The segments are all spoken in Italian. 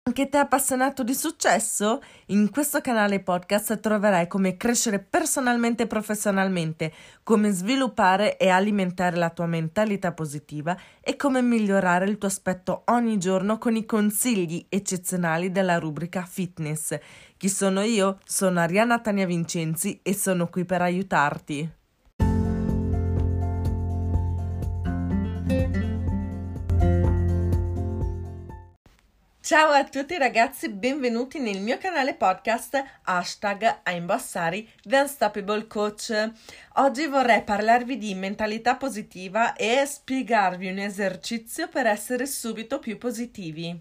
Anche te appassionato di successo? In questo canale podcast troverai come crescere personalmente e professionalmente, come sviluppare e alimentare la tua mentalità positiva e come migliorare il tuo aspetto ogni giorno con i consigli eccezionali della rubrica Fitness. Chi sono io? Sono Arianna Tania Vincenzi e sono qui per aiutarti. Ciao a tutti ragazzi, benvenuti nel mio canale podcast #Aimbassari The Unstoppable Coach. Oggi vorrei parlarvi di mentalità positiva e spiegarvi un esercizio per essere subito più positivi.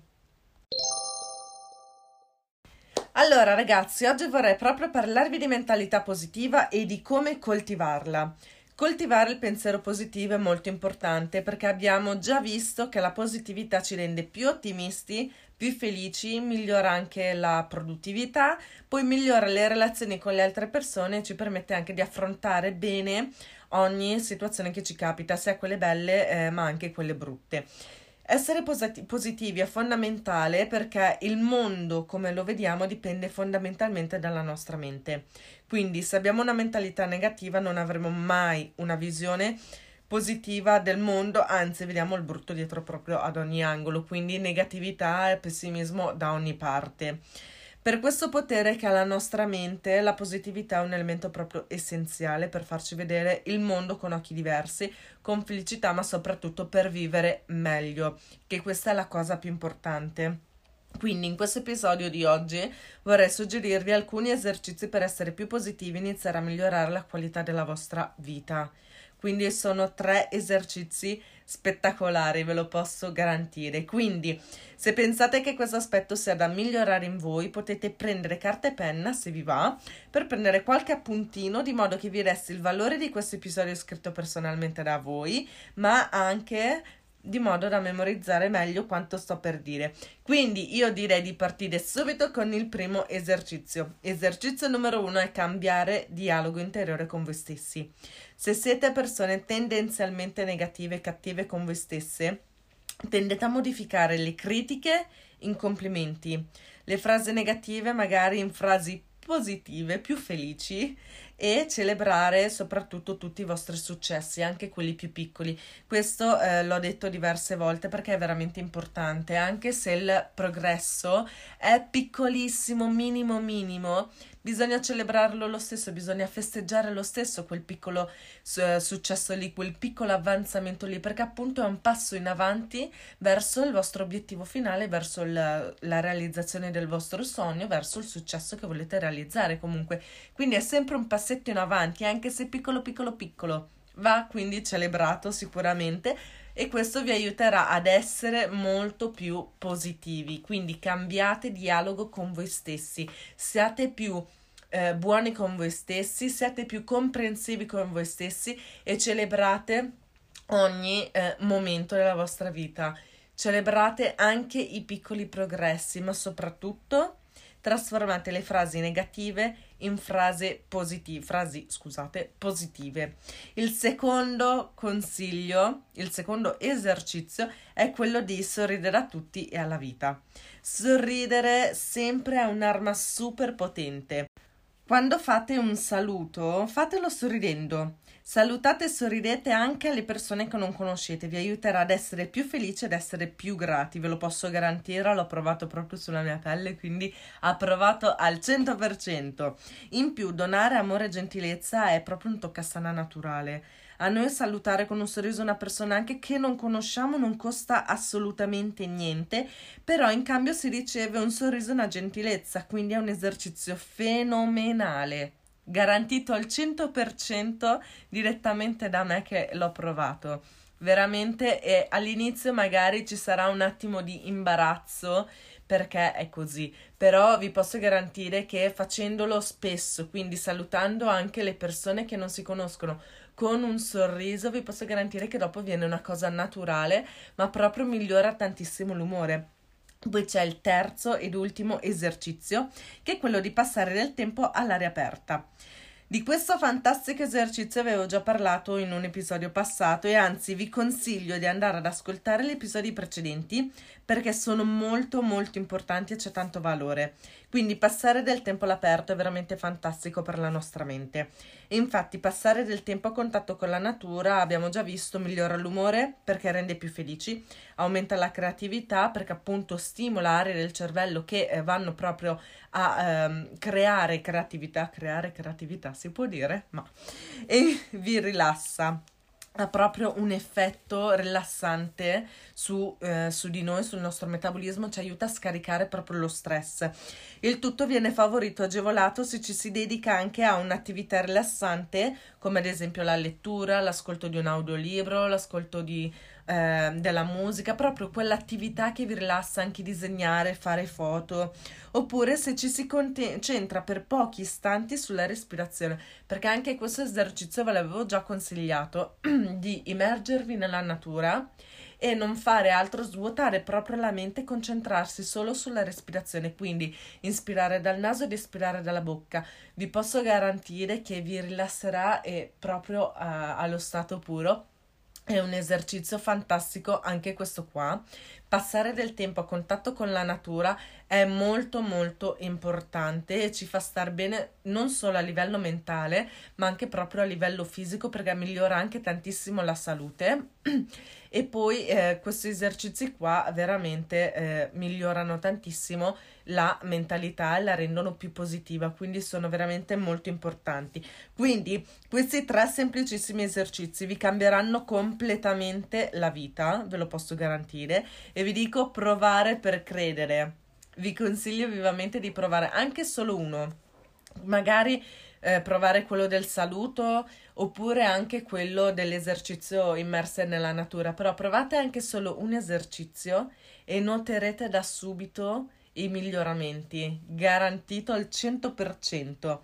Allora ragazzi, oggi vorrei proprio parlarvi di mentalità positiva e di come coltivarla. Coltivare il pensiero positivo è molto importante perché abbiamo già visto che la positività ci rende più ottimisti, più felici, migliora anche la produttività, poi migliora le relazioni con le altre persone e ci permette anche di affrontare bene ogni situazione che ci capita, sia quelle belle ma anche quelle brutte. Essere positivi è fondamentale perché il mondo, come lo vediamo, dipende fondamentalmente dalla nostra mente. Quindi se abbiamo una mentalità negativa non avremo mai una visione positiva del mondo, anzi vediamo il brutto dietro proprio ad ogni angolo, quindi negatività e pessimismo da ogni parte. Per questo potere che ha la nostra mente, la positività è un elemento proprio essenziale per farci vedere il mondo con occhi diversi, con felicità, ma soprattutto per vivere meglio, che questa è la cosa più importante. Quindi in questo episodio di oggi vorrei suggerirvi alcuni esercizi per essere più positivi e iniziare a migliorare la qualità della vostra vita. Quindi sono 3 esercizi spettacolari, ve lo posso garantire. Quindi se pensate che questo aspetto sia da migliorare in voi, potete prendere carta e penna, se vi va, per prendere qualche appuntino, di modo che vi resti il valore di questo episodio scritto personalmente da voi, ma anche di modo da memorizzare meglio quanto sto per dire. Quindi io direi di partire subito con il primo esercizio. Esercizio numero 1 è cambiare dialogo interiore con voi stessi. Se siete persone tendenzialmente negative e cattive con voi stesse, tendete a modificare le critiche in complimenti, le frasi negative magari in frasi positive, più felici, e celebrare soprattutto tutti i vostri successi, anche quelli più piccoli. Questo l'ho detto diverse volte perché è veramente importante, anche se il progresso è piccolissimo, minimo, bisogna celebrarlo lo stesso, bisogna festeggiare lo stesso quel piccolo successo lì, quel piccolo avanzamento lì, perché appunto è un passo in avanti verso il vostro obiettivo finale, verso la realizzazione del vostro sogno, verso il successo che volete realizzare comunque. Quindi è sempre un passetto in avanti, anche se piccolo, va quindi celebrato sicuramente. E questo vi aiuterà ad essere molto più positivi. Quindi cambiate dialogo con voi stessi, siate più buoni con voi stessi, siate più comprensivi con voi stessi e celebrate ogni momento della vostra vita. Celebrate anche i piccoli progressi, ma soprattutto trasformate le frasi negative in frasi positive. Il secondo consiglio, il secondo esercizio è quello di sorridere a tutti e alla vita. Sorridere sempre è un'arma super potente. Quando fate un saluto, fatelo sorridendo. Salutate e sorridete anche alle persone che non conoscete, vi aiuterà ad essere più felici, ad essere più grati, ve lo posso garantire, l'ho provato proprio sulla mia pelle, quindi approvato al 100%. In più, donare amore e gentilezza è proprio un toccasana naturale. A noi salutare con un sorriso una persona anche che non conosciamo non costa assolutamente niente, però in cambio si riceve un sorriso e una gentilezza, quindi è un esercizio fenomenale. Garantito al 100% direttamente da me che l'ho provato. Veramente, e all'inizio magari ci sarà un attimo di imbarazzo perché è così, però vi posso garantire che facendolo spesso, quindi salutando anche le persone che non si conoscono con un sorriso, vi posso garantire che dopo viene una cosa naturale, ma proprio migliora tantissimo l'umore. Poi c'è il terzo ed ultimo esercizio, che è quello di passare del tempo all'aria aperta. Di questo fantastico esercizio avevo già parlato in un episodio passato e anzi vi consiglio di andare ad ascoltare gli episodi precedenti perché sono molto molto importanti e c'è tanto valore. Quindi passare del tempo all'aperto è veramente fantastico per la nostra mente. E infatti passare del tempo a contatto con la natura, abbiamo già visto, migliora l'umore perché rende più felici, aumenta la creatività perché appunto stimola aree del cervello che vanno proprio a creare creatività si può dire, ma e vi rilassa. Ha proprio un effetto rilassante su di noi, sul nostro metabolismo, ci aiuta a scaricare proprio lo stress. Il tutto viene favorito e agevolato se ci si dedica anche a un'attività rilassante, come ad esempio la lettura, l'ascolto di un audiolibro, l'ascolto della musica, proprio quell'attività che vi rilassa, anche disegnare, fare foto, oppure se ci si concentra per pochi istanti sulla respirazione, perché anche questo esercizio ve l'avevo già consigliato, di immergervi nella natura e non fare altro, svuotare proprio la mente e concentrarsi solo sulla respirazione, quindi inspirare dal naso ed espirare dalla bocca. Vi posso garantire che vi rilasserà e proprio allo stato puro. È un esercizio fantastico anche questo qua. Passare del tempo a contatto con la natura è molto molto importante e ci fa star bene non solo a livello mentale, ma anche proprio a livello fisico perché migliora anche tantissimo la salute. E poi questi esercizi qua veramente migliorano tantissimo la mentalità e la rendono più positiva, quindi sono veramente molto importanti. Quindi questi 3 semplicissimi esercizi vi cambieranno completamente la vita, ve lo posso garantire, e vi dico provare per credere. Vi consiglio vivamente di provare anche solo uno, magari provare quello del saluto oppure anche quello dell'esercizio immerse nella natura, però provate anche solo un esercizio e noterete da subito i miglioramenti, garantito al 100%.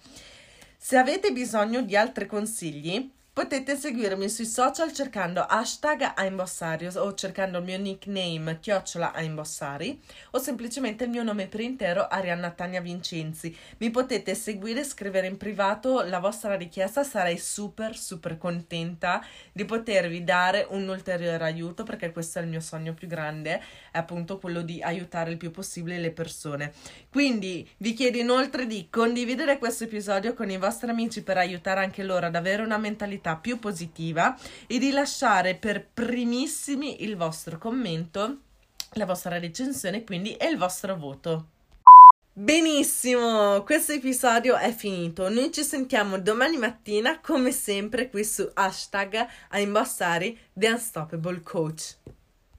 Se avete bisogno di altri consigli, potete seguirmi sui social cercando #Aimbossari o cercando il mio nickname @Aimbossari o semplicemente il mio nome per intero Arianna Tania Vincenzi. Mi potete seguire e scrivere in privato la vostra richiesta, sarei super super contenta di potervi dare un ulteriore aiuto perché questo è il mio sogno più grande, è appunto quello di aiutare il più possibile le persone. Quindi vi chiedo inoltre di condividere questo episodio con i vostri amici per aiutare anche loro ad avere una mentalità più positiva e di lasciare per primissimi il vostro commento, la vostra recensione quindi e il vostro voto. Benissimo, questo episodio è finito. Noi ci sentiamo domani mattina come sempre qui su #Aimbossari The Unstoppable Coach.